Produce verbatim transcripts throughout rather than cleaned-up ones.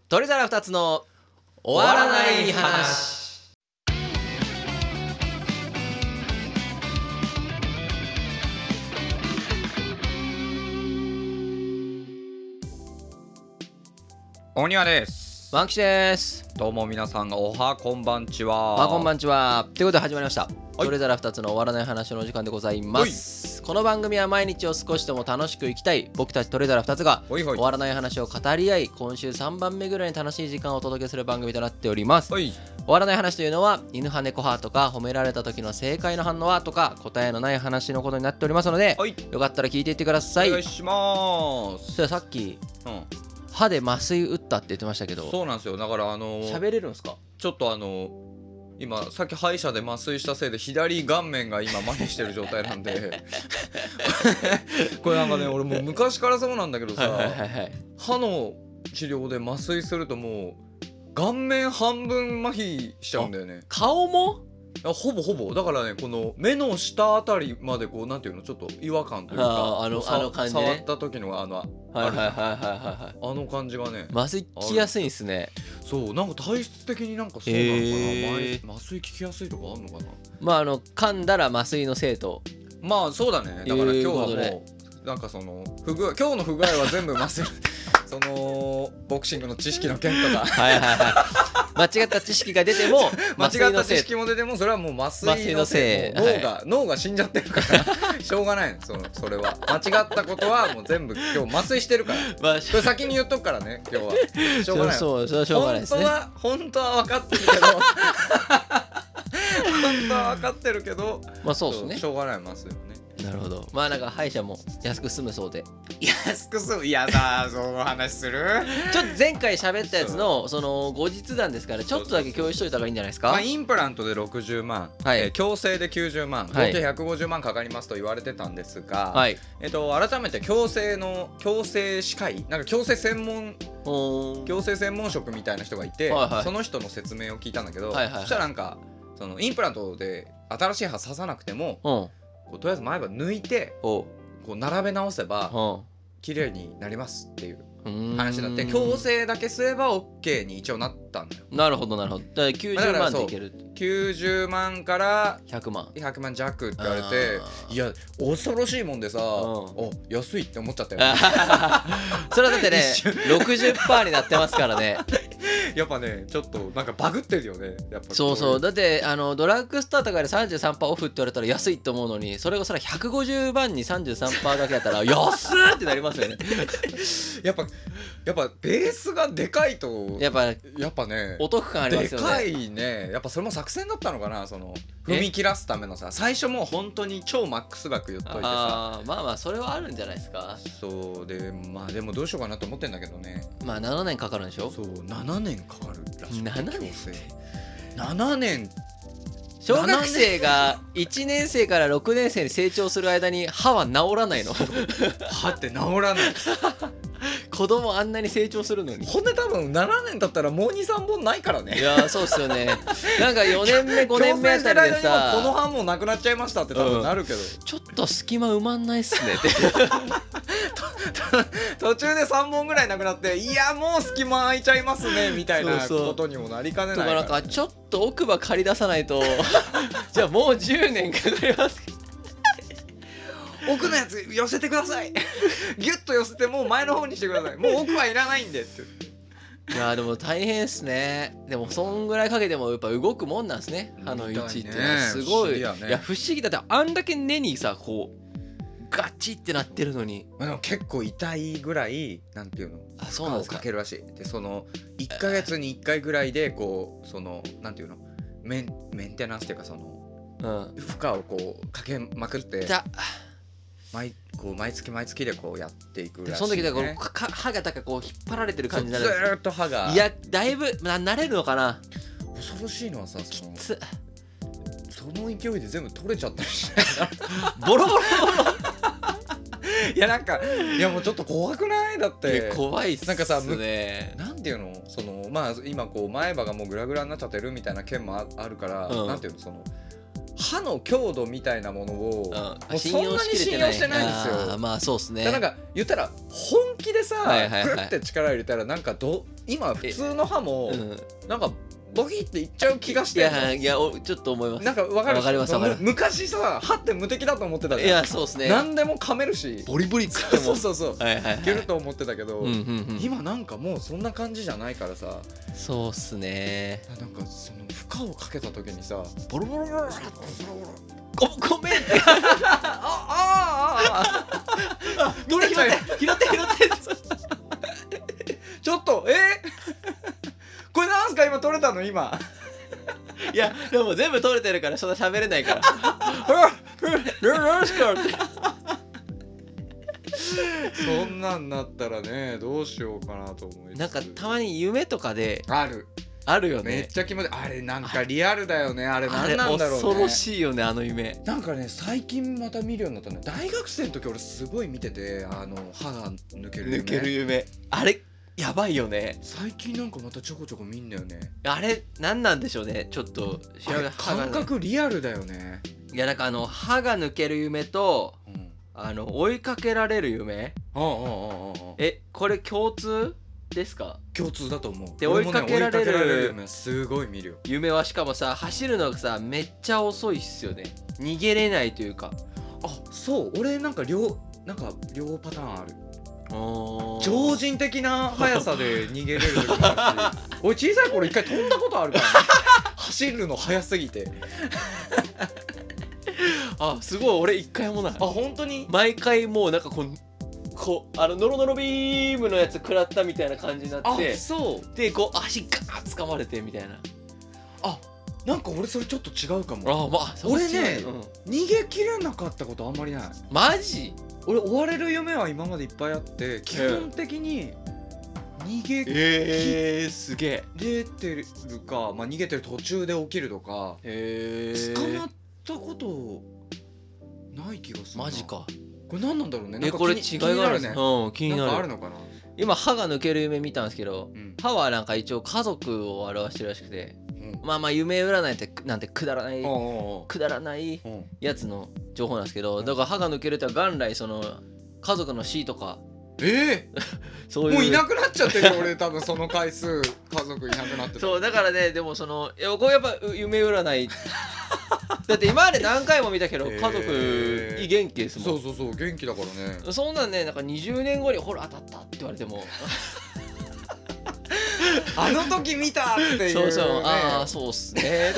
鳥皿ふたつの終わらない話。 おにわです。 マンキシです。 どうも皆さんがおはこんばんちは。 おはこんばんちは。ということで始まりました、 はい、 鳥皿ふたつの終わらない話のお時間でございます。この番組は毎日を少しでも楽しく生きたい僕たち鳥皿ふたつがおいおい終わらない話を語り合い、今週さんばんめぐらいに楽しい時間をお届けする番組となっております。 おい終わらない話というのは犬派猫派とか褒められた時の正解の反応はとか答えのない話のことになっておりますので、 おいよかったら聞いていってください。 お願いします。 それさっき、 うん、 歯で麻酔打ったって言ってましたけど、 そうなんですよ。だからあのー、 喋れるんですか？ ちょっとあのー、今さっき歯医者で麻酔したせいで左顔面が今麻痺してる状態なんでこれなんかね、俺もう昔からそうなんだけどさ、 はいはいはいはい、 歯の治療で麻酔するともう顔面半分麻痺しちゃうんだよね。 顔もほぼほぼだからね、この目の下あたりまでこうなんていうの、ちょっと違和感というか、 ああのあの感じね、 触った時のあのはいはいはいはいはい、 あの感じがね、 麻酔効きやすいんですね。 そう、なんか体質的になんかそうなのかな、 えー、 麻酔効きやすいとかあんのかな。 まああの噛んだら麻酔のせいと。 まあそうだね。だから今日はもう、えー、なんかその不具合、今日の不具合は全部麻酔そのボクシングの知識の件とかはいはいはい間違った知識が出ても間違った知識も出てもそれはもう麻酔のせい、脳が、はい、脳が死んじゃってるからしょうがないの、そのそれは間違ったことはもう全部今日麻酔してるから、まあ、これ先に言っとくからね、今日はしょうがない。 そうそう、しょうがないですね。 本当は本当は分かってるけど本当は分かってるけど、 まあそうですね、 しょうがない麻酔をね。 なるほど。まあなんか歯医者も安く済むそうで。 安く済む？いやさ、その話する？ ちょっと前回喋ったやつのその後日談ですから、ちょっとだけ共有しといた方がいいんじゃないですか。 まあ、インプラントでろくじゅうまん、はい、えー、矯正できゅうじゅうまん、合計ひゃくごじゅうまんかかりますと言われてたんですが、はい、えっと改めて矯正の矯正歯科医、なんか矯正専門矯正専門職みたいな人がいて、はいはい、その人の説明を聞いたんだけど、はいはいはい、そしたらなんかそのインプラントで新しい歯刺さなくても、うん、こうとりあえず前歯抜いてこう並べ直せば綺麗になりますっていう話になって、矯正だけすれば OK に一応なったんだよ。 なるほどなるほど。だからきゅうじゅうまんでいける。 きゅうじゅうまんからひゃくまんひゃくまん弱って言われて、いや恐ろしいもんでさ、うん、お安いって思っちゃったよねそれはだってねろくじゅっパーセント になってますからねやっぱね、ちょっとなんかバグってるよね、やっぱ。 そうそう、だってあのドラッグストアとかで さんじゅうさんパーセント オフって言われたら安いと思うのに、それがそれひゃくごじゅうまんに さんじゅうさんパーセント だけだったら安ーってなりますよねやっぱやっぱベースがでかいとやっぱやっぱね、 お得感ありますよね。 でかいね。やっぱそれも作戦だったのかな、その踏み切らすためのさ、最初もう本当に超マックス額言っといてさ。 あまあまあそれはあるんじゃないですか。 そうで、まあでもどうしようかなと思ってんだけどね。 まあななねんかかるんでしょ。 そう、ななねんかかるらしい。 ななねんななねん小学生がいちねん生からろくねん生に成長する間に歯は治らないの歯って治らない子供あんなに成長するのに。 ほんで多分ななねん経ったらもうにさんぼんないからね。 いやそうっすよね。なんかよねんめごねんめあたりでさ、 この歯もなくなっちゃいましたって多分なるけど、うん、 ちょっと隙間埋まんないっすねって途中でさんぼんぐらいなくなって、いやもう隙間空いちゃいますねみたいなことにもなりかねないから、ね、 とかなんかちょっと奥歯借り出さないとじゃあもうじゅうねんかかりますけど奥のやつ寄せてくださいギュッと寄せてもう前の方にしてください、もう奥はいらないんでって。 いやでも大変っすね。でもそんぐらいかけてもやっぱ動くもんなんですね、歯の位置っていうのは。すごい、ね、いや不思議だって、あんだけ根にさこうガチってなってるのに、 まあ、でも結構痛いぐらいなんていうの、 あそうなんですか、 負荷をかけるらしい。でそのいっかげつにいっかいぐらいでこうそのなんていうのメン、メンテナンスっていうかその、うん、負荷をこうかけまくって毎, こう毎月毎月でこうやっていくらしい、ね、 その時だから歯がだからこう引っ張られてる感じになるんですずーっと歯が。 いやだいぶな慣れるのかな。 恐ろしいのはさ、そのきつその勢いで全部取れちゃったりしないボロボロボロいやなんかいやもうちょっと怖くない？だって怖いっすね。 なんかさ、なんていうの、そのまあ今こう前歯がもうグラグラになっちゃってるみたいな件も あ, あるから、うん、なんていうの、その歯の強度みたいなものを、うん、もうそんなに信用してないんですよ。 あまあそうですね。 なんか言ったら本気でさ、はいはいはい、グッて力入れたらなんかど今普通の歯も、うん、なんかボキっていっちゃう気がして。いやいやちょっと思います。 なんか分かる。 分かります分かる。 昔さ歯って無敵だと思ってたじゃん。 いやそうですね。 何でも噛めるしボリボリ食ってもそうそうそう、はいはいはい、いけると思ってたけど、うんうんうん、今なんかもうそんな感じじゃないからさ。 そうっすね。 なんかその負荷をかけた時にさボロボロボロボロごごめんああああ拾って拾って拾って拾ってちょっとえこれなんすか今取れたの今いやでも全部取れてるからそんな喋れないからそんなんなったらねどうしようかなと思い。 なんかたまに夢とかであるあるよね。 めっちゃ気持ちいい。あれなんかリアルだよね。あれ何なんだろうね。 恐ろしいよねあの夢。 なんかね最近また見るようになったね。大学生の時俺すごい見てて、あの歯が抜ける夢抜ける夢あれやばいよね。 最近なんかまたちょこちょこ見んだよね。 あれ何なんでしょうね。ちょっと感覚リアルだよね。 いやなんかあの歯が抜ける夢と、うん、あの追いかけられる夢、うんうんうんうん、えこれ共通ですか？ 共通だと思う。 で追いかけられる夢すごい見るよ。 夢はしかもさ走るのがさめっちゃ遅いっすよね。逃げれないというか。 あそう俺なんか両なんか両パターンある。超人的な速さで逃げれる時もあるし俺小さい頃一回飛んだことあるからね走るの速すぎてあすごい俺一回もない。 あ本当に毎回もうなんかこうこうあのノロノロビームのやつ食らったみたいな感じになって、 あそうでこう足ガーッ掴まれてみたいな。 あなんか俺それちょっと違うかも。 あ、まあ、 俺ね、うん、逃げきれなかったことあんまりない。 マジ？ 俺追われる夢は今までいっぱいあって基本的に逃げきえー、すげえ出てるか、まあ、逃げてる途中で起きるとかへー捕まったことない気がするな。 マジか。 これ何なんだろうね。 なんかこれ違いがあるね。うん気になる。 なんかあるのかな。 今歯が抜ける夢見たんですけど、うん、歯はなんか一応家族を表してるらしくて、うん、まあまあ夢占いってなんてくだらないくだらないやつの情報なんですけど、だから歯が抜けるって元来その家族の死とかえー、そういうもういなくなっちゃってるよ俺多分その回数家族いなくなってた。 そうだからねでもそのいやこれやっぱ夢占いだって今まで何回も見たけど家族いい元気ですもん。 そうそうそう元気だからね。 そんなんねなんかにじゅうねんごにほら当たったって言われてもあの時見たっていう、ね、 そうそうああそうっすね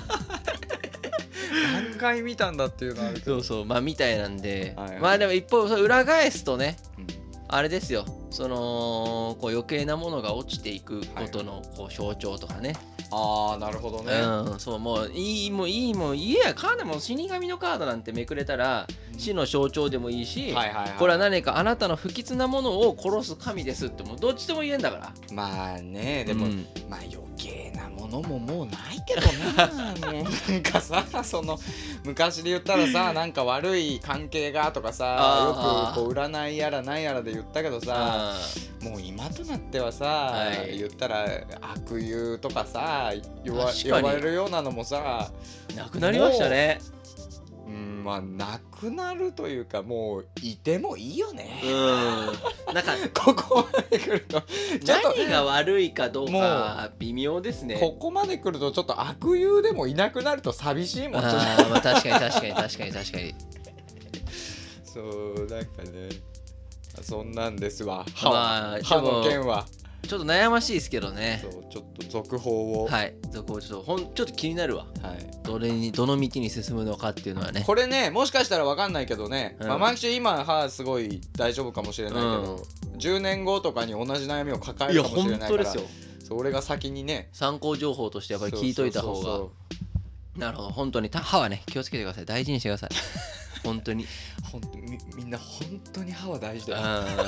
何回見たんだっていうのあるけどそうそうまあみたいなんで、はいはい、まあでも一方それ裏返すとね、うん、あれですよそのこう余計なものが落ちていくことのこう象徴とかね、 はい、ああなるほどね、 うん、そうもういいもういいもういいやカードも死神のカードなんてめくれたら死の象徴でもいいし、はいはいはい、これは何かあなたの不吉なものを殺す神ですってもうどっちでも言えんだから。 まあねでも、うん、まあ余計なものももうないけどなもうなんかさその昔で言ったらさなんか悪い関係がとかさよくこう占いやらなんやらで言ったけどさもう今となってはさ、はい、言ったら悪友とかさ呼ば、呼ばれるようなのもさなくなりましたね。 うんまあなくなるというかもういてもいいよね。 うんなんかここまで来るとちょっと何が悪いかどうか微妙ですね。 ここまで来るとちょっと悪友でもいなくなると寂しいもん。 あまあ確かに確かに確かに確かにそうなんかねそんなんですわ。歯、まあ、歯の件はちょっと悩ましいですけどね。 そうちょっと続報をはい続報ちょっとほんちょっと気になるわ、はい、どれにどの道に進むのかっていうのはね。 これねもしかしたら分かんないけどね、うん、まあマキシ今歯すごい大丈夫かもしれないけど、うん、じゅうねんごとかに同じ悩みを抱えるかもしれないから。いや本当ですよ。そう俺が先にね参考情報としてやっぱり聞いといた方が。そうそうそうそうなるほど本当に歯はね気をつけてください。大事にしてください本当に本当みみんな本当に歯は大事だよ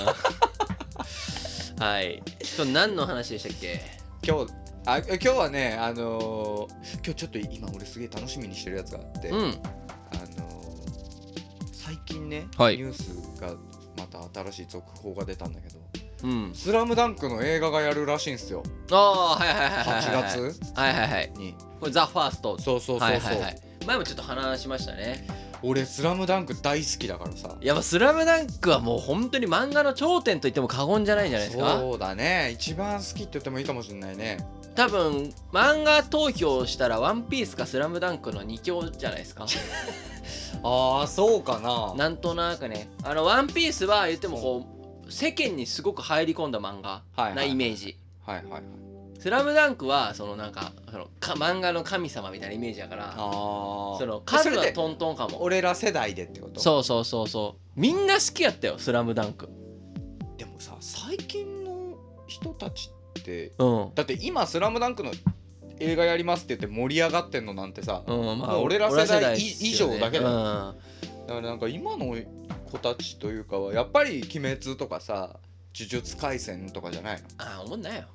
はい今日何の話でしたっけ。 今日あ今日はねあのー、今日ちょっと今俺すげえ楽しみにしてるやつがあって、うん、あのー、最近ね、はい、ニュースがまた新しい続報が出たんだけど、うん、スラムダンクの映画がやるらしいんですよ。 ああはいはいはいはいはちがつはいはいはいにこれザ・ファーストそうそうそうそう、はいはいはい、 前もちょっと話しましたね。 俺スラムダンク大好きだからさ。 いや、スラムダンクはもう本当に漫画の頂点と言っても過言じゃないんじゃないですか。 そうだね、一番好きって言ってもいいかもしれないね。 多分漫画投票したらワンピースかスラムダンクのに強じゃないですか。 ああ、そうかな。 なんとなくね、あのワンピースは言ってもこう世間にすごく入り込んだ漫画なイメージ。 はいはいはい。 スラムダンクはそのなんかそのか漫画の神様みたいなイメージだから、あその数はトントンかも。 俺ら世代でってこと？ そうそうそうそう。みんな好きやったよスラムダンク。 でもさ、最近の人たちって、 うん、 だって今スラムダンクの映画やりますって言って盛り上がってんのなんてさ、 うん、まあ、 俺ら世代以上だけだよ、 うん、 だからなんか今の子たちというかはやっぱり鬼滅とかさ、呪術廻戦とかじゃないの？ ああ、思んないよ。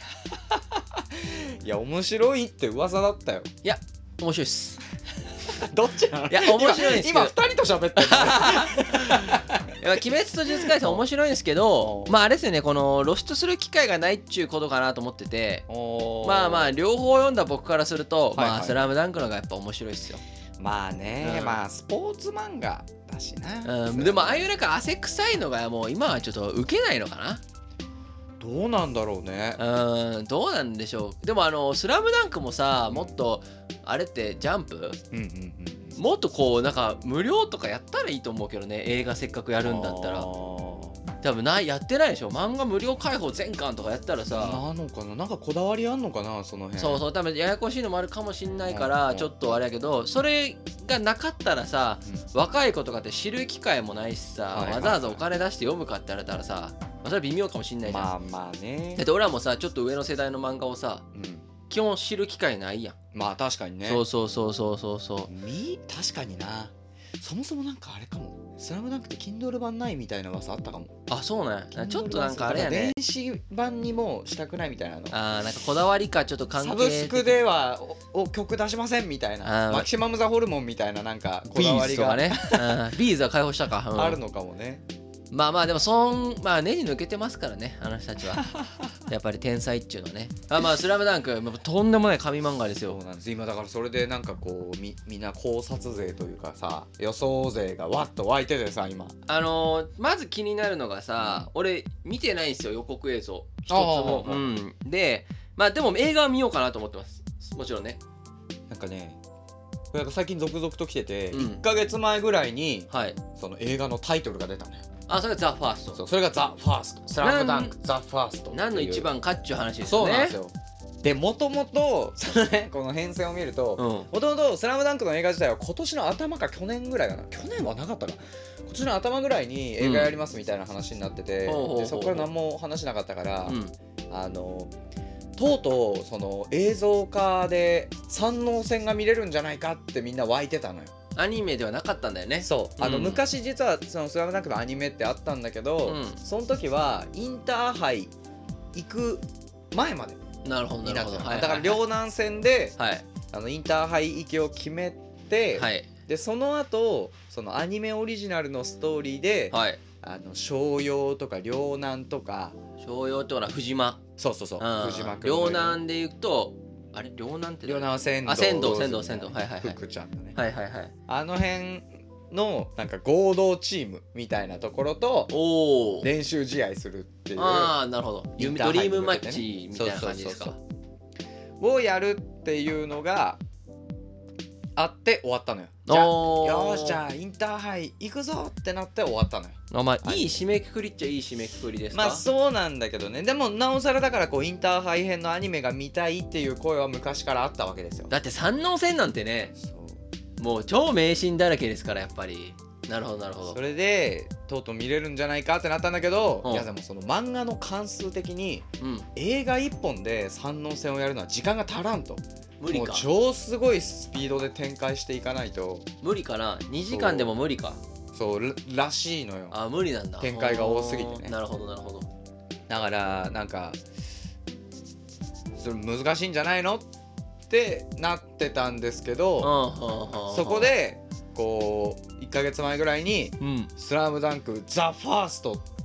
いや、面白いって噂だったよ。 いや、面白いっす。 どっちなの？ いや、面白いですけど。 今ふたりと喋ってる。 鬼滅と呪術廻戦面白いんですけど、まああれですよね、この露出する機会がないっちゅうことかなと思ってて、まあまあ両方読んだ僕からすると、はいはい、まあスラムダンクのがやっぱ面白いっすよ。 まあね、うん、まあスポーツ漫画だしな、 うん、でもああいうなんか汗臭いのがもう今はちょっとウケないのかな。 どうなんだろうね。 うん、どうなんでしょう。でもあのスラムダンクもさ、もっとあれってジャンプ、うんうんうん、もっとこうなんか無料とかやったらいいと思うけどね、映画せっかくやるんだったら。多分ない、やってないでしょ。漫画無料開放全巻とかやったらさ、 なのかな、なんかこだわりあんのかな、その辺。 そうそう、多分ややこしいのもあるかもしんないからちょっとあれやけど、それがなかったらさ、うん、若い子とかって知る機会もないしさ、はいはいはい、わざわざお金出して読むかって言われたらさ、まあ、それは微妙かもしんないじゃん。 まあまあね。 だって俺らもさ、ちょっと上の世代の漫画をさ、うん、基本知る機会ないやん。 まあ確かにね。 そうそうそうそうそうそう。 み確かにな。そもそもなんかあれかも、スラムダンクって Kindle 版ないみたいな噂あったかも。 あ、そうなんや。ちょっとなんかあれやね、 電子版にもしたくないみたいなの。 あー、なんかこだわりかちょっと関係。 サブスクではおお曲出しませんみたいな、マキシマムザホルモンみたいななんかこだわりがビーズとかね、ビーズは解放したか、 うん、あるのかもね。 まあまあでもそんまあ根に抜けてますからね、あの人たちは。やっぱり天才っちゅうのね。あ、まあスラムダンクとんでもない神漫画ですよ。 そうなんです。今だからそれでなんかこう み, みんな考察勢というかさ、予想勢がわっと湧いててさ、今あのー、まず気になるのがさ、うん、俺見てないんですよ、予告映像一つも。うん、でまあでも映画は見ようかなと思ってます、もちろんね。 なんかね、最近続々と来てて、うん、いっかげつまえぐらいに、はい、その映画のタイトルが出たのよ。 あ、それがザ・ファースト。 そう、それがザ・ファースト。スラムダンクザ・ファースト。 何の一番かっちゅう話ですよね。 そうなんですよ。で、もともとこの編成を見ると、もともとスラムダンクの映画自体は今年の頭か去年ぐらいかな、去年はなかったか、今年の頭ぐらいに映画やりますみたいな話になってて、うん、でそこから何も話しなかったから、うん、あのとうとうその映像化で三能戦が見れるんじゃないかってみんな湧いてたのよ。 アニメではなかったんだよね。 そう、あの、うん、昔実はそのスラムダンクのアニメってあったんだけど、うん、その時はインターハイ行く前までになってた。なるほど、だから両南戦で、はい、あのインターハイ行きを決めて、はい、でその後そのアニメオリジナルのストーリーで、はい、あの商用とか両南とか、 商用ってのは藤間、 そうそうそう、藤間君両南で行くとあれ、両南って両南は仙道、 あ、仙道仙道仙道、はいはいはい、 福ちゃんのね、 はいはいはい、 あの辺のなんか合同チームみたいなところとお練習試合するっていう、 ああなるほど、ドリームマッチみたいな感じですか、 をやるっていうのがあって終わったのよ。じゃあよーし、じゃあインターハイ行くぞってなって終わったのよ。 あ、まあいい締めくくりっちゃいい締めくくりですか。 まあそうなんだけどね。でもなおさらだからこうインターハイ編のアニメが見たいっていう声は昔からあったわけですよ。 だって三能戦なんてね、もう超迷信だらけですから、やっぱり。なるほどなるほど。 それでとうとう見れるんじゃないかってなったんだけど、うん、いやでもその漫画の関数的に、うん、映画いっぽんで三能戦をやるのは時間が足らんと。無理か。もう超すごいスピードで展開していかないと無理かな。にじかんでも無理か。 そうらしいのよ。 あ、無理なんだ。 展開が多すぎてね。 なるほどなるほど。 だからなんかそれ難しいんじゃないのってなってたんですけど、そこでこういっかげつまえぐらいに「スラムダンクザ・ファースト」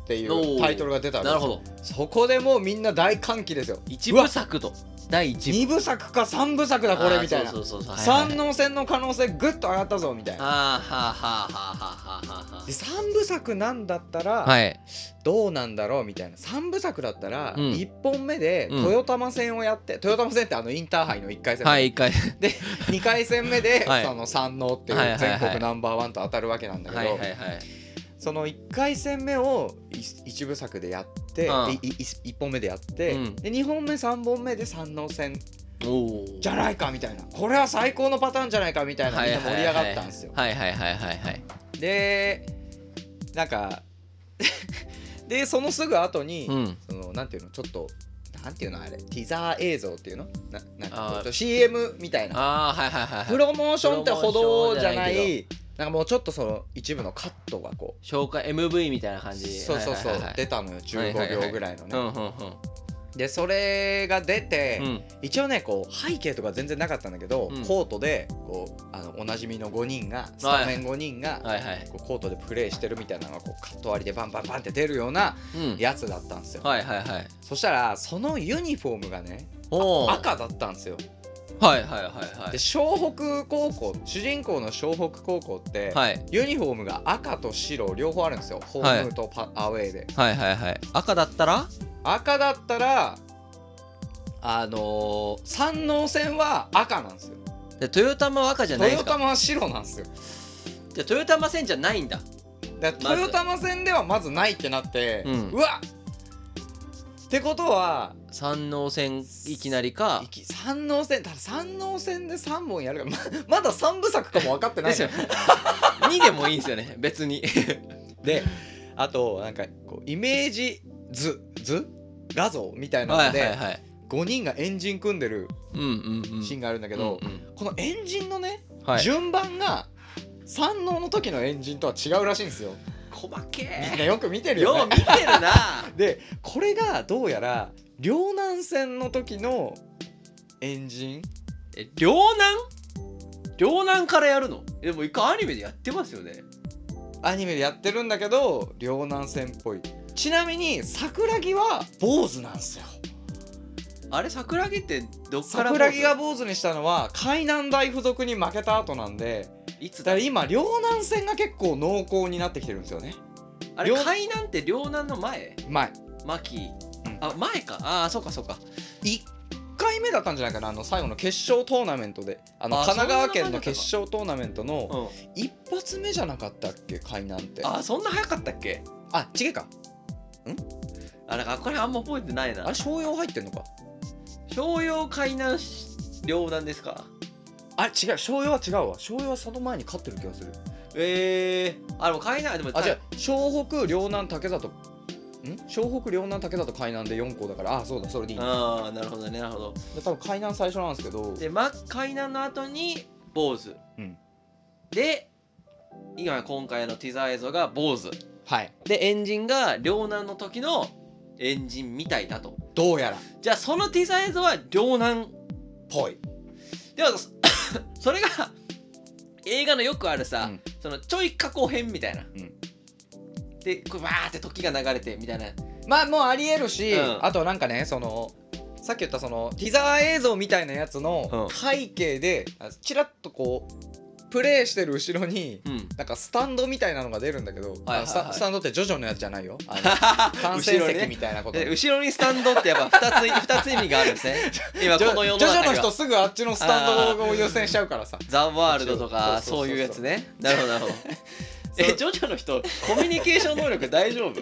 っていうタイトルが出たわけですよ。なるほど。そこでもうみんな大歓喜ですよ。 一部作とだいいちぶ、 にぶ作かさんぶ作だこれみたいな。三能線の可能性ぐっと上がったぞみたいな。 あーはーはーはーはーはーはー。 でさんぶ作なんだったら、 はい、 どうなんだろうみたいな。さんぶ作だったら、 うん、 いっぽんめで豊玉線をやって、うん、豊玉線ってあのインターハイのいっかい戦、 はい、いっかいでにかい戦目で、 はい、 その三能っていう全国ナンバーワンと当たるわけなんだけど、はいはいはい、そのいっかい戦目を一部作でやって、うん、いっぽんめでやって、うん、でにほんめさんぼんめで三能戦じゃないかみたいな、これは最高のパターンじゃないかみたいな、みんな盛り上がったんですよ。 はいはいはいはいはい。 でなんかでそのすぐ後に、うん、そのなんていうの、ちょっとなんていうのあれ、ティザー映像っていうの、ななんか シーエム みたいな、 あ、はいはいはい、 プロモーションってほどじゃない、なんかもうちょっとその一部のカットがこう紹介 エムブイ みたいな感じ、 そうそうそう、はいはいはい、出たのよ、じゅうごびょうぐらいのね。でそれが出て、うん、一応ねこう背景とか全然なかったんだけど、うん、コートでこうあのおなじみのごにんがスタメンごにんが、はいはい、こうコートでプレーしてるみたいなのがこうカット割りでバンバンバンって出るようなやつだったんですよ、 うん、はいはいはい。 そしたらそのユニフォームがね赤だったんですよ。 はいはいはいはい。 で湘北高校、主人公の湘北高校って、はい、ユニフォームが赤と白両方あるんですよ、ホームとパ、はい、アウェーで。 はいはいはい。赤だったら赤だったらあのー、三能線は赤なんですよ。 で豊玉は赤じゃないですか。 豊玉は白なんですよ。 じゃあ豊玉線じゃないんだ。 だ豊玉線ではまずないってなって、うん、うわっってことは三能線いきなりか。 三能線、ただ三能線でさんぼんやるから ま, まださんぶ作かも分かってないですよにでもいいんですよね別にであとなんかこうイメージ図図画像みたいなので、はいはいはい、ごにんがエンジン組んでるシーンがあるんだけど、うんうんうん、このエンジンのね、はい、順番が三能の時のエンジンとは違うらしいんですよ。 細けー、 みんなよく見てるよね。 よう見てるなでこれがどうやら両南線の時のエンジン。 え両南両南からやるの？でも一回アニメでやってますよね。 アニメでやってるんだけど両南線っぽい。ちなみに桜木は坊主なんですよ。 あれ桜木ってどっから桜木が坊主にしたのは海南大附属に負けた後なんで、いつだから今両南線が結構濃厚になってきてるんですよね。 あれ海南って両南の前？ 前。 牧、うん、あ前か。ああそうかそうか。 いっかいめだったんじゃないかな、あの最後の決勝トーナメントで、あの神奈川県の決勝トーナメントの一発目じゃなかったっけ海南って。 あそんな早かったっけ？ あ違うか。ん？ あれこれあんま覚えてないな。 あれ商用入ってんのか。 商用海南両南ですか。 あ違う、商用は違うわ。商用はその前に勝ってる気がする。 えー、あでも海南でもあじゃあ湘北両南竹里ん湘北両南竹里海南でよんこだから、あそうだそれでいい。 ああなるほどねなるほど。 で多分海南最初なんですけど、 で、ま、海南の後に坊主、うん、で今今回のティザー映像が坊主、 はい、 でエンジンが両南の時のエンジンみたいだと。 どうやらじゃあそのティザー映像は両南っぽい。 ではそれが映画のよくあるさ、うん、そのちょい加工編みたいな、うん、でこうバーって時が流れてみたいな、 まあもうありえるし、うん、あとなんかねそのさっき言ったそのティザー映像みたいなやつの背景でチラッとこうプレイしてる後ろに、うん、なんかスタンドみたいなのが出るんだけど、はいはいはい、ス, タスタンドってジョジョのやつじゃないよ。観戦席みたいなこと。 後ろ、ね、後ろにスタンドってやっぱふたつふたつ意味があるんですね。今この世の中にはジョジョの人すぐあっちのスタンドを優先しちゃうからさ。 ザ・ワールドとかそういうやつね。なるほどなるほど。えジョジョの人コミュニケーション能力大丈夫？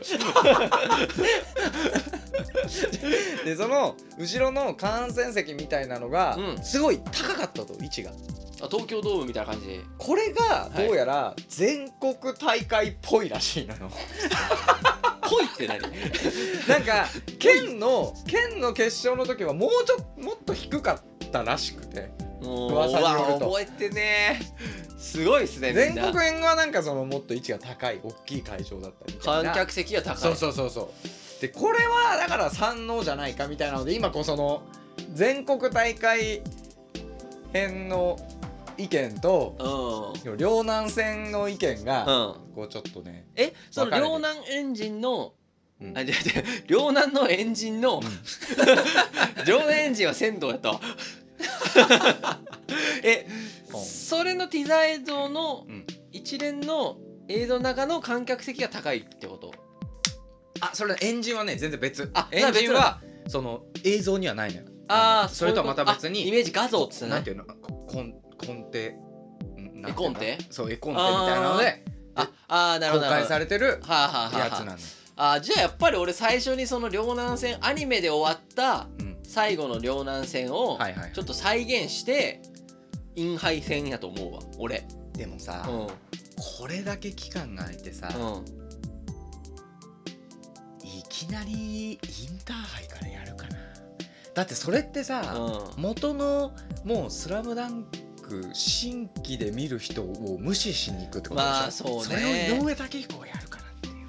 でその後ろの観戦席みたいなのが、うん、すごい高かったと位置が。 あ東京ドームみたいな感じでこれがどうやら全国大会っぽいらしいのよ。 ぽいって何？ なんか県の県の決勝の時はもうちょっともっと低かったらしくて、 噂によると覚えてねすごいっすね。 全国編はなんかそのもっと位置が高い大きい会場だったり観客席が高い。 そうそうそうそうでこれはだから三能じゃないかみたいなので今こうその全国大会編の意見と、うん、両南線の意見が、うん、こうちょっとねえその両南エンジンのうん、あ、じゃじゃ両南のエンジンの、うん、両南エンジンは鮮度やったえ、それのティザー映像の一連の映像の中の観客席が高いってこと？ あ、それエンジンはね全然別。あ、エンジンはその映像にはないのよ。ああ、それとはまた別にイメージ画像っつってなんていうの、コンコンテ、 絵コンテ？ そう絵コンテみたいなので、 ああ、なるほど、 公開されてるやつなんだ。 あ、じゃあやっぱり俺最初にその両南戦アニメで終わった最後の両南戦をちょっと再現してインハイ戦やと思うわ俺。 でもさ、うん、これだけ期間が空いてさ、うん、いきなりインターハイからやるかな。だってそれってさ、うん、元のもうスラムダンク新規で見る人を無視しに行くってことでしょ。まあそうね。それを井上武彦をやるからっていう。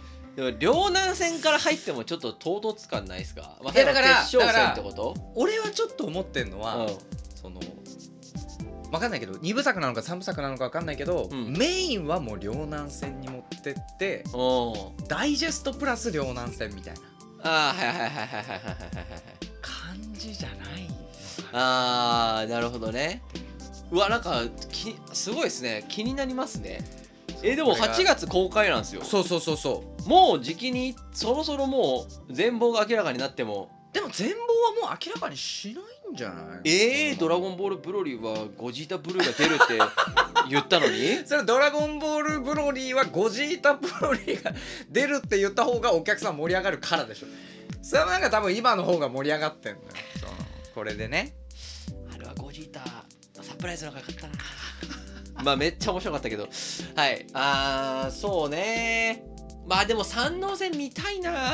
でも両南戦から入ってもちょっと唐突感ないですか。まあ、だから決勝戦ってこと？ 俺はちょっと思ってんのは、うん、その分かんないけどにぶさくなのかさんぶさくなのか分かんないけど、うん、メインはもう両南戦に持ってってダイジェストプラス両南戦みたいな。 ああ、はいはいはいはいはいはいはい感じじゃないのかな。ああ、なるほどね。うわ、なんかきすごいですね。気になりますね。え、でもはちがつ公開なんですよ。 そうそうそうそう。 もうじきにそろそろもう全貌が明らかになっても。 でも全貌はもう明らかにしないんじゃない？ ええー、ドラゴンボールブロリーはゴジータブルーが出るって言ったのにそれドラゴンボールブロリーはゴジータブロリーが出るって言った方がお客さん盛り上がるからでしょ。それはなんか多分今の方が盛り上がってんだよ。そのこれでね。 あれはゴジータサプライズの方が良かったなまあめっちゃ面白かったけど、はい、あーそうね。まあでも山王戦見たいな。いや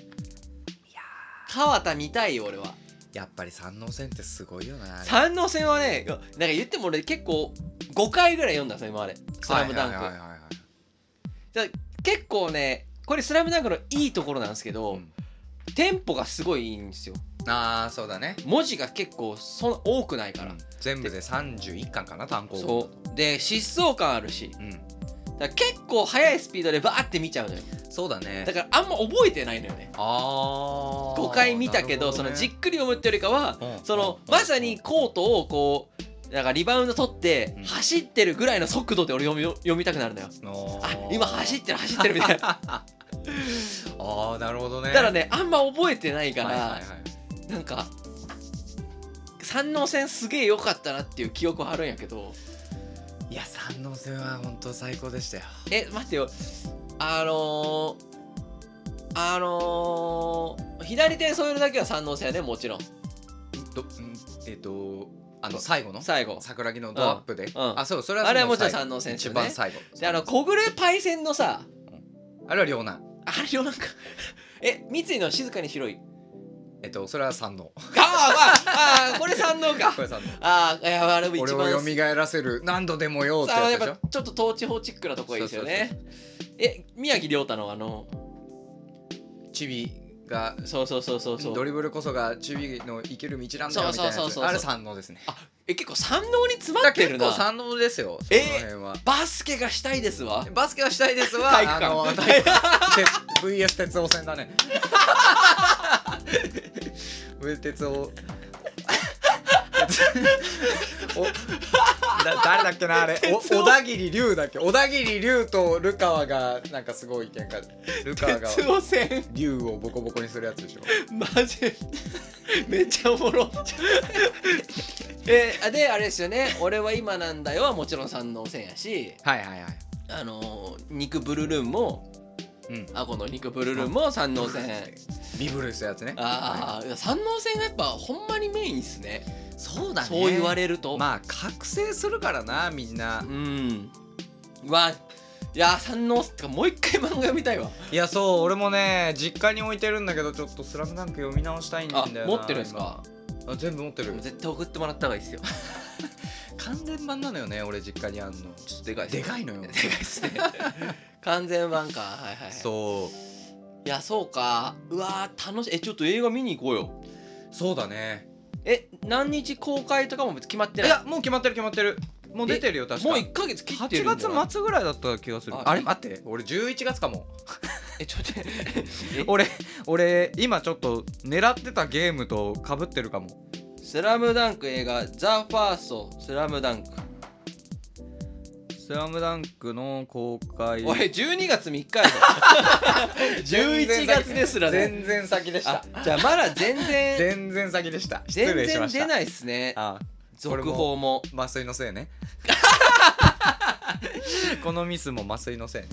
川田見たいよ俺は。 やっぱり山王戦ってすごいよな。 山王戦はね、なんか言っても俺結構ごかいぐらい読んだんですよ今までスラムダンク。結構ねこれスラムダンクのいいところなんですけど、うん、テンポがすごいいいんですよ。 ああそうだね。 文字が結構そん多くないから、うん、 全部でさんじゅういっかんかな単行本。 そうで疾走感あるし、うん、だから結構速いスピードでバーって見ちゃうのよ。 そうだね。 だからあんま覚えてないのよね。あごかい見たけ ど, ど、ね、そのじっくり読むってよりかは、うん、その、うん、まさにコートをこうなんかリバウンド取って走ってるぐらいの速度で俺読み読みたくなるのよ。あ今走ってる走ってるみたいなああなるほどね。 だからねあんま覚えてないから、はいはいはい、なんか山王戦すげえ良かったなっていう記憶はあるんやけど。 いや山王戦は本当最高でしたよ。 え待ってよ、あのー、あのー、左手に添えるだけは山王戦やねもちろん。 どえっ、ー、とあの最後の最後桜木のドアップで、うんうん、あそうそれはあれはもちろん山王戦ですよね。一番最後であの小暮パイセンのさ、 うん、あれは両南。 あれ両南かえ三井の静かに白いえっとそれは山王。 あああこれ山王か。 これ山王。 ああいやあれも一番俺を蘇らせる何度でもよってやつでしょ。 やっぱちょっと統治法チックなとこがいいですよね。そうそうそうえ宮城亮太のあのチビがそうそうそうそうそうドリブルこそがチビの生きる道なんだよみたいなやつ。そうそうそうそうあれ山王ですね。 あえ結構山王に詰まってるな。 結構山王ですよ。 えー、バスケがしたいですわ。 バスケはしたいですわ。 体育館。 あの体育館ブイエス 鉄夫戦だね。ブイエス 鉄夫おだ誰だっけなあれお小田切龍だっけ。小田切龍とルカワがなんかすごい喧嘩。ルカワが龍をボコボコにするやつでしょ。 マジめっちゃおもろえー、であれですよね俺は今なんだよはもちろん山王戦やし、 はいはいはい、 あのー、肉ブルルンも、うん、あこの肉ブルルンも山王戦ビブルスやつね。 ああ、はい、山王戦がやっぱほんまにメインっすね。 そうだね。 そう言われるとまあ覚醒するからなみんな。 うんわいや山王ってかもう一回漫画読みたいわ。 いやそう俺もね実家に置いてるんだけどちょっとスラムダンク読み直したいんだよな。 あ持ってるんですか。 あ全部持ってる。 絶対送ってもらった方がいいですよ完全版なのよね俺実家にあんの。 ちょっとでかいでかいのよ。 でかいですね完全版か。はいはい、はい、 そういやそうか。うわー楽しい。えちょっと映画見に行こうよ。 そうだね。 え何日公開とかも決まってない。 いやもう決まってる決まってる。もう出てるよ確か。 もういっかげつ切ってるんだ。 はちがつ末ぐらいだった気がする。 あ, あれ待って俺じゅういちがつかもえちょっと俺俺今ちょっと狙ってたゲームと被ってるかも。 スラムダンク映画ザ・ファーストスラムダンクスラムダンクの公開。 おいじゅうにがつみっかやぞじゅういちがつですらね。 全然先でした。 じゃあまだ全然全然先でした。失礼しました。 全然出ないっすね。ああ続報も麻酔のせいねこのミスも麻酔のせいね。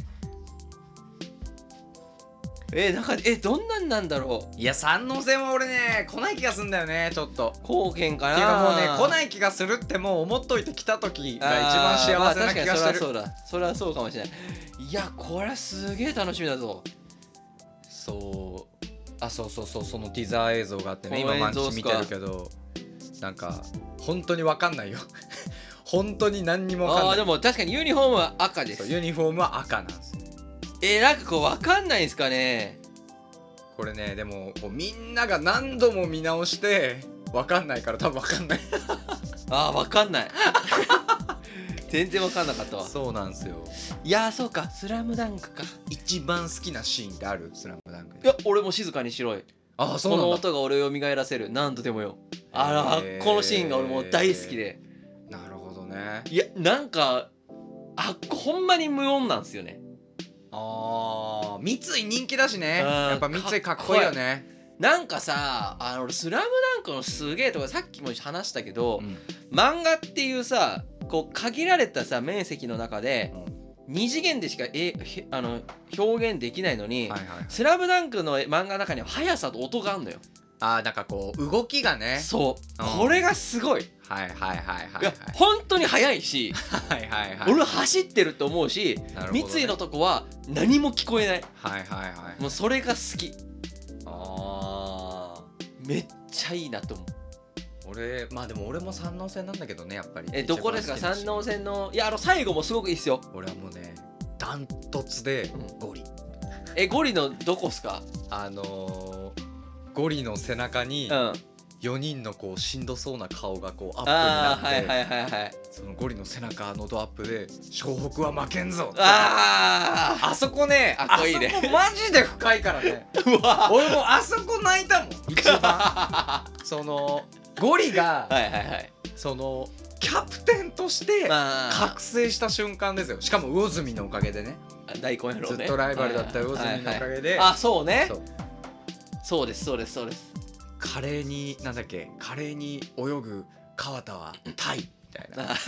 えなんかえどんなんなんだろう。いや三能線は俺ね来ない気がすんだよね。ちょっと後編かな。 っていうかもうね来ない気がするってもう思っといて来た時が一番幸せな気がしてる。 そうだそれはそうかもしれない。いやこれすげえ楽しみだぞ。 そうあそうそうそうそのティザー映像があってね今毎日見てるけどなんか本当に分かんないよ本当に何にも分かんない。 あでも確かにユニフォームは赤です。 ユニフォームは赤なんです。 えー、なんかこう分かんないんですかねこれね。でもこうみんなが何度も見直して分かんないから多分分かんないあー分かんない全然分かんなかったわ。 そうなんですよ。 いやーそうかスラムダンクか。 一番好きなシーンってある？スラムダンク。 いや俺も静かにしろい。 ああそうなんだ。 この音が俺を蘇らせる何度でもよ。あらこのシーンが俺もう大好きで。 なるほどね。 いやなんかあほんまに無音なんですよね。 ああ三井人気だしね。やっぱ三井かっこいいよね。 なんかさあのスラムダンクのすげえとかさっきも話したけど、うん、漫画っていうさこう限られたさ面積の中で、うん、に次元でしかえあの表現できないのに、はいはいはい、スラムダンクの漫画の中には速さと音があるのよ。 あーなんかこう動きがね。 そう、うん、これがすごい。 はいはいはいはい、はい、 いや本当に速いしはいはいはい、 俺走ってると思うし、ね、三井のとこは何も聞こえない。 はいはいはい、 もうそれが好き。あーめっちゃいいなと思う。 俺まあでも俺も三能線なんだけどねやっぱり。 えどこですか三能線の。いやあの最後もすごくいいっすよ。 俺はもうねダントツでゴリ、うん、 えゴリのどこっすか。 あのー、ゴリの背中に、うんよにんのこうしんどそうな顔がこうアップになって、 はいはいはいはい、 そのゴリの背中のドアップで湘北は負けんぞ。 ああそこね、 あそこマジで深いからね俺もあそこ泣いたもん一番そのゴリがはいはい、はい、そのキャプテンとして覚醒した瞬間ですよ。しかも魚住のおかげでね。 大根野郎ね、 ずっとライバルだった魚住のおかげで、 あそうね、そうそうですそうですそうです。 華麗になんだっけ華麗に泳ぐ川田はタイみたいな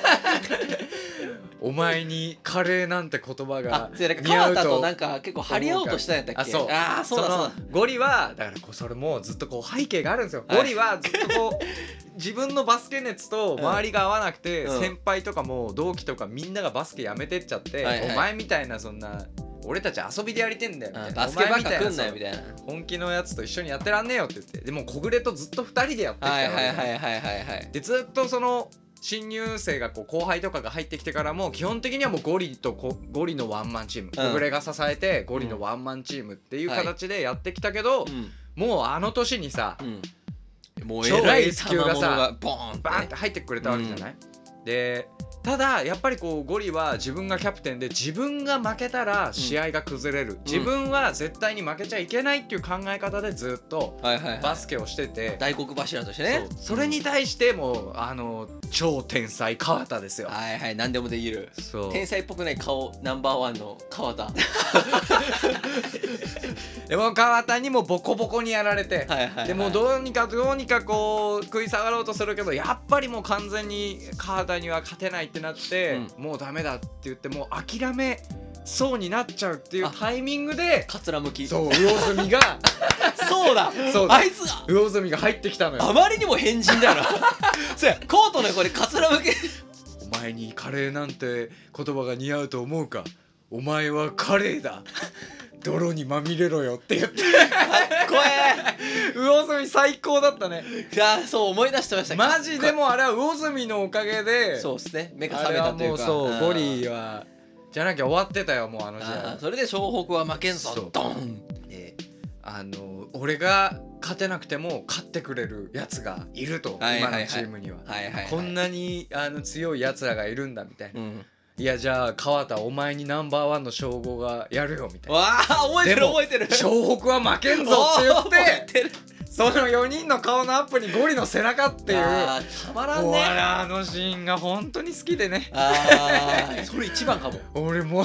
お前に華麗なんて言葉が似合うと。 川田となんか結構張り合おうとしたんやったっけ。あそうあそうだそうだ。 ゴリはだからこうそれもずっとこう背景があるんですよ。ゴリはずっとこう自分のバスケ熱と周りが合わなくて、うん、先輩とかも同期とかみんながバスケやめてっちゃって、はいはい、お前みたいなそんな俺たち遊びでやりてんだよみたいな、 バスケばっか来んなよみたいな、 本気のやつと一緒にやってらんねえよって言って、でも小暮とずっとふたりでやってきたわけで、はいはいはいはいはいでずっとその新入生がこう後輩とかが入ってきてからも基本的にはもうゴリとゴリのワンマンチーム、小暮が支えてゴリのワンマンチームっていう形でやってきたけど、うんはい、もうあの年にさ、うん、もう超エース級がさボーンバーンって入ってくれたわけじゃない、うん、でただやっぱりこうゴリは自分がキャプテンで自分が負けたら試合が崩れる、うん、自分は絶対に負けちゃいけないっていう考え方でずっとバスケをしてて、 大黒柱としてね。 そ, それに対してもあの超天才川田ですよ。 はいはい何でもできる。そう天才っぽくない顔ナンバーワンの川田でも川田にもボコボコにやられて、はいはいはい、でもどうにかどうにかこう食い下がろうとするけどやっぱりもう完全に川田には勝てないってなって、うん、もうダメだって言ってもう諦めそうになっちゃうっていうタイミングでカツラ向きそう魚住がそうだそうだあいつが魚住が入ってきたのよ。 あまりにも変人だよなそうやコートの横でカツラ向きお前にカレーなんて言葉が似合うと思うか、お前はカレーだ泥にまみれろよって言って怖え魚住最高だったね。 いやそう思い出してました。 マジでもあれは魚住のおかげでそうですね目が覚めたというか、 そうゴリはじゃなきゃ終わってたよもうあの時代。それで湘北は負けんぞドンであの俺が勝てなくても勝ってくれるやつがいると、はいはいはい、今のチームには、はいはいはい、こんなにあの強いやつらがいるんだみたいな、うん、 いやじゃあ川田お前にナンバーワンの称号がやるよみたいな。 わあ覚えてる覚えてる。 湘北は負けんぞって言ってそのよにんの顔のアップにゴリの背中っていう、 あたまらんね。 あのシーンが本当に好きでね。 あそれ一番かも。 俺もう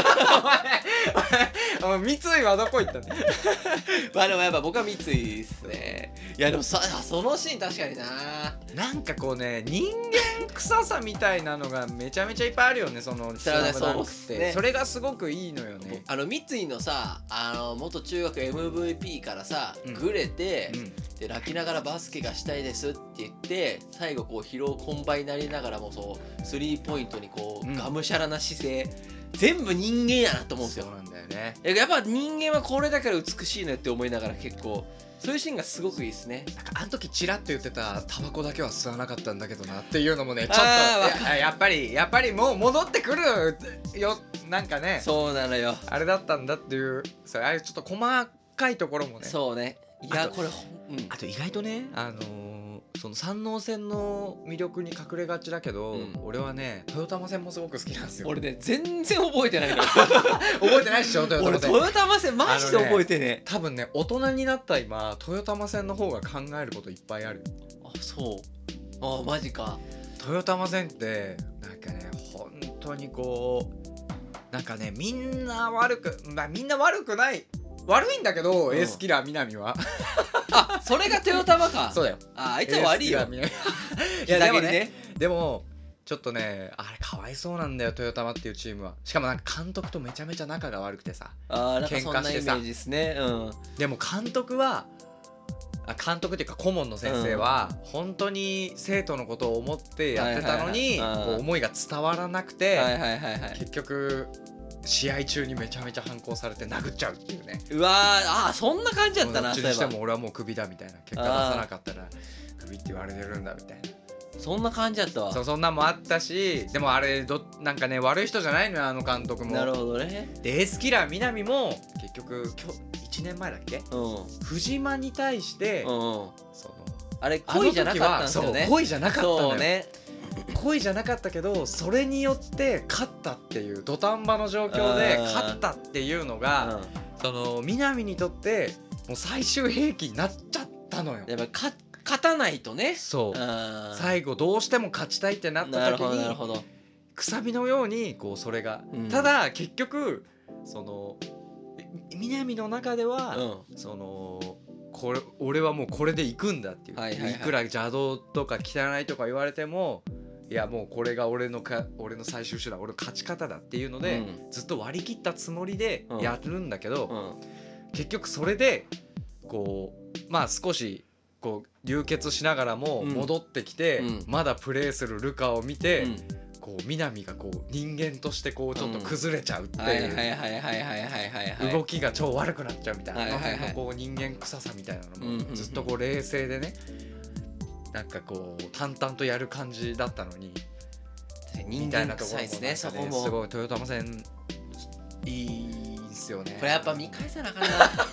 三井はどこ行ったの？ まあでもやっぱ僕は三井っすね。いやでもさそのシーン確かにな。 なんかこうね人間臭さみたいなのがめちゃめちゃいっぱいあるよね、そのスラムダンクって。ね、それがすごくいいのよね。 あの三井のさあの元中学 エムブイピー からさ、うん、グレて、うん、で泣きながらバスケがしたいですって言って最後こう疲労困憊になりながらもそうスリーポイントにこう、うん、がむしゃらな姿勢全部人間やなと思うんですよ。 そうなんだよね。 やっぱ人間はこれだから美しいねって思いながら結構そういうシーンがすごくいいですね。 なんかあの時チラッと言ってたタバコだけは吸わなかったんだけどなっていうのもねちょっとや, やっぱりやっぱりもう戻ってくるよなんかね。 そうなのよ。 あれだったんだっていうそれあれちょっと細かいところもね。 そうね。いやこれ、 うん、あと意外とねあのーその山王線の魅力に隠れがちだけど、うん、俺はね豊玉線もすごく好きなんですよ。 俺ね全然覚えてないから覚えてないっしょ豊玉線。 俺豊玉線マジで覚えてね。 多分ね大人になった今豊玉線の方が考えることいっぱいある。 あそうあマジか。 豊玉線ってなんかね本当にこうなんかねみんな悪くまあみんな悪くない悪いんだけど、うん、エースキラー南はあそれが豊玉か。 そうだよ。 ああいつは悪いよ。いやでもねでもちょっとねあれかわいそうなんだよ豊玉っていうチームは。しかもなんか監督とめちゃめちゃ仲が悪くてさあなんかそんなイメージですね。うん、 でも監督はあ監督っていうか顧問の先生は、うん、本当に生徒のことを思ってやってたのに思いが伝わらなくて、はいはいはいはい、結局試合中にめちゃめちゃ反抗されて殴っちゃうっていうね。 うわーあそんな感じだったな。 どっちにしても俺はもうクビだみたいな結果出さなかったらクビって言われてるんだみたいなそんな感じだったわ。 そうそんなんもあったしでもあれどなんかね悪い人じゃないのよあの監督も。 なるほどね。 でエースキラー南も結局今日いちねんまえだっけ、うん、藤間に対して、うん、そのあれ恋じゃなかったんですよね。 そう恋じゃなかったのよ。 そうね恋じゃなかったけどそれによって勝ったっていう土壇場の状況で勝ったっていうのが、うん、その南にとってもう最終兵器になっちゃったのよ。 やっぱか勝たないとね。 そう最後どうしても勝ちたいってなった時にくさびのようにこうそれが、うん、ただ結局その南の中では、うん、そのこれ俺はもうこれで行くんだっていう、はいはいはい、いくら邪道とか汚いとか言われてもいやもうこれが俺のか俺の最終手段俺の勝ち方だっていうので、うん、ずっと割り切ったつもりでやるんだけど、うんうん、結局それでこうまあ少しこう流血しながらも戻ってきて、うん、まだプレーするルカを見て、うん、こう南がこう人間としてこうちょっと崩れちゃうっていう動きが超悪くなっちゃうみたいな、はいはいはい、あの辺のこう人間臭さみたいなのもずっとこう冷静でねなんかこう淡々とやる感じだったのに人間臭いですね。そこもすごい豊玉線いいんすよね。 これやっぱ見返さなあかんな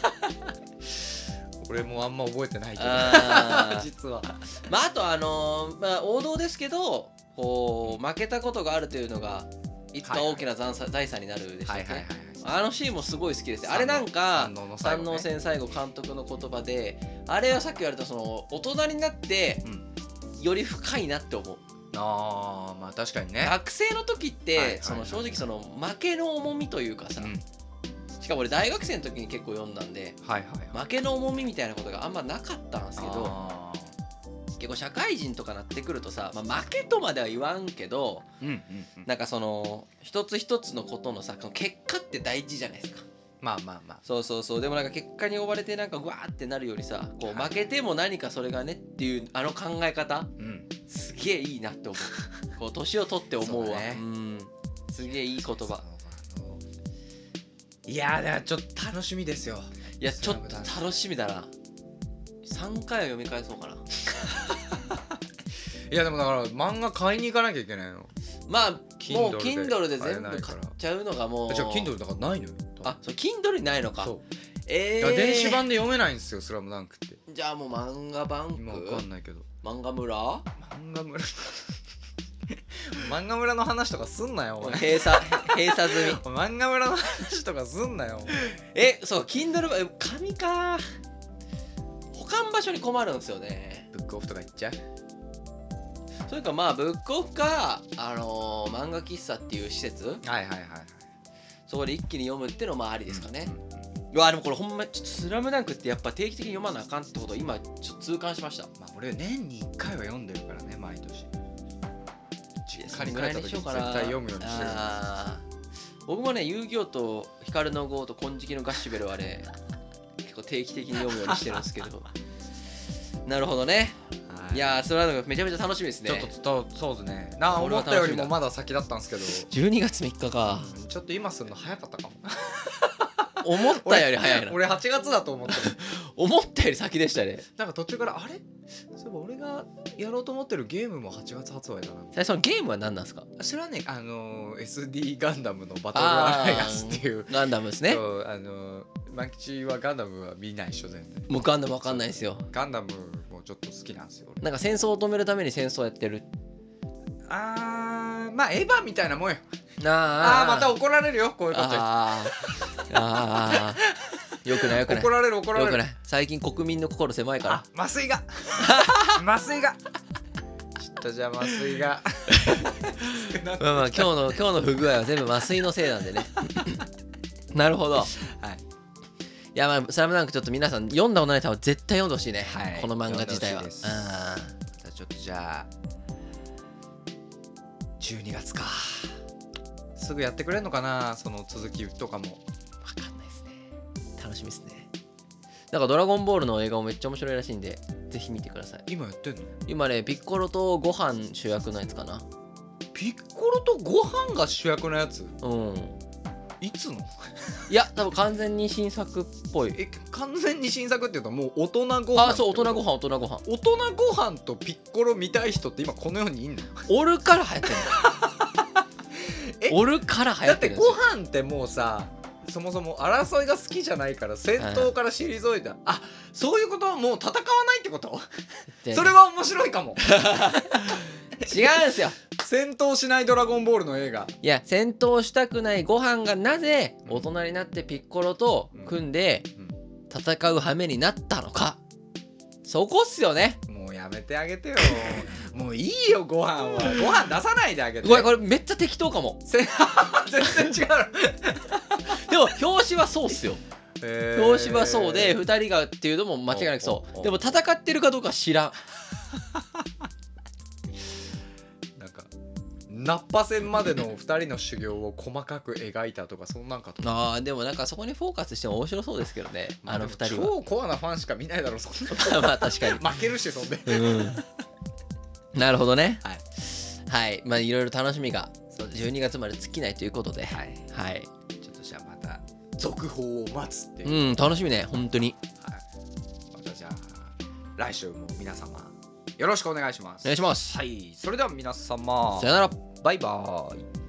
俺もあんま覚えてないけど実はまああとあのー、まあ王道ですけどこう負けたことがあるというのがいつか大きな財産、はいはい、になるでしたっけ。あのシーンもすごい好きです。あれなんか山王戦最後監督の言葉であれはさっき言われたその大人になってより深いなって思う。 あまあ確かにね。 学生の時って、はいはいはい、その正直その負けの重みというかさ、うん、しかも俺大学生の時に結構読んだんで、はいはいはい、負けの重みみたいなことがあんまなかったんですけど結構社会人とかなってくるとさ、まあ、負けとまでは言わんけど、うんうんうん、なんかその一つ一つのことのさ結果って大事じゃないですか。 まあまあまあそうそうそう。でもなんか結果に追われてなんかグワーってなるよりさこう負けても何かそれがねっていうあの考え方、うん、すげえいいなって思うこう年を取って思うわ。う、ね、うんすげえいい言葉。 いやーだからちょっと楽しみですよ。 いやちょっと楽しみだな。さんかいは読み返そうかな。 いやでもだから漫画買いに行かなきゃいけないの。 まあもう Kindle で全部買っちゃうのがもう。 じゃあ Kindle だからないのよ。 あそう Kindle にないのか。そうえー、電子版で読めないんですよスラムダンクって。 じゃあもう漫画バンク。 今わかんないけど。 漫画村？ 漫画村漫画村の話とかすんなよお前。 閉鎖閉鎖済み。 漫画村の話とかすんなよ。 え、そう Kindle 紙か。保管場所に困るんですよね。 ブックオフとか行っちゃう。 それかまあブックオフか、あのー、漫画喫茶っていう施設、はいはいはいはい、 そこで一気に読むってのもありですかね。うわでもこれほんまちょっとスラムダンクってやっぱ定期的に読まなあかんってことを今ちょっと痛感しました。 まあ俺年にいっかいは読んでるからね毎年。実家に帰った時に絶対読むようにしてる。 僕もね遊戯王と光の碁と金色のガッシュベルはね結構定期的に読むようにしてるんですけど。なるほどね。いやーそれはめちゃめちゃ楽しみですね。 ちょっとそうですね。なあ思ったよりもまだ先だったんですけど。 じゅうにがつみっかか、 うん、ちょっと今するの早かったかも。 思ったより早いな。 俺はちがつだと思ってる。 思ったより先でしたね。 なんか途中からあれそういえば俺がやろうと思ってるゲームもはちがつ発売だな。 えそのゲームは何なんですか。 それはねあのー、エスディー ガンダムのバトルアライアンスっていうガンダムですね。 そうあのー、マキチはガンダムは見ないっしょ全然。 もうガンダムわかんないですよ。 ガンダムもちょっと好きなんですよ。 なんか戦争を止めるために戦争やってる。 あーまあエヴァみたいなもんよ。 ああーまた怒られるよこういうこと。 ああよくないよくない。 怒られる怒られる。よくない。 最近国民の心狭いから。 麻酔が麻酔がちょっとじゃあ麻酔がまあまあ今日の今日の不具合は全部麻酔のせいなんでね。なるほど。はい。いやまあスラムダンクちょっと皆さん読んだことない人は絶対読んでほしいね。はい、この漫画自体は。ああ。ちょっとじゃあじゅうにがつか。すぐやってくれんのかなその続きとかも。 分かんないですね。楽しみですね。なんかドラゴンボールの映画もめっちゃ面白いらしいんでぜひ見てください。 今やってんの？ 今ねピッコロとご飯主役のやつかな。 ピッコロとご飯が主役のやつ？ うん。 いつの？ いや多分完全に新作っぽい。 え完全に新作っていうともう大人ご飯。 あそう大人ご飯大人ご飯。 大人ご飯とピッコロ見たい人って今この世にいんの？ おるから流行ってんの。おるから流行ってるんですよ。 だってご飯ってもうさそもそも争いが好きじゃないから戦闘から退いた、はい、あそういうことはもう戦わないってこと？それは面白いかも。 違うんですよ。 戦闘しないドラゴンボールの映画。 いや戦闘したくないご飯がなぜ大人になってピッコロと組んで戦う羽目になったのか、そこっすよね。 もうやめてあげてよ。もういいよご飯は。ご飯出さないであげて。 これこれめっちゃ適当かも。 全然違う。 でも表紙はそうっすよ。表紙はそうでふたりがっていうのも間違いなくそう。でも戦ってるかどうか知らん。 ナッパ戦までのふたりの修行を細かく描いたとかそんなんかと。 ああでもなんかそこにフォーカスしても面白そうですけどね。あのふたりは超コアなファンしか見ないだろそんな。 まあ確かに負けるしそんで、 うん、なるほどね。はい、はい、まあいろいろ楽しみがじゅうにがつまで尽きないということで、はい、はい、 ちょっとじゃあまた続報を待つっていう。 うん楽しみね本当に。 はい、またじゃあ来週も皆様よろしくお願いします。 お願いします。 はい、それでは皆様さよなら。 バイバーイ。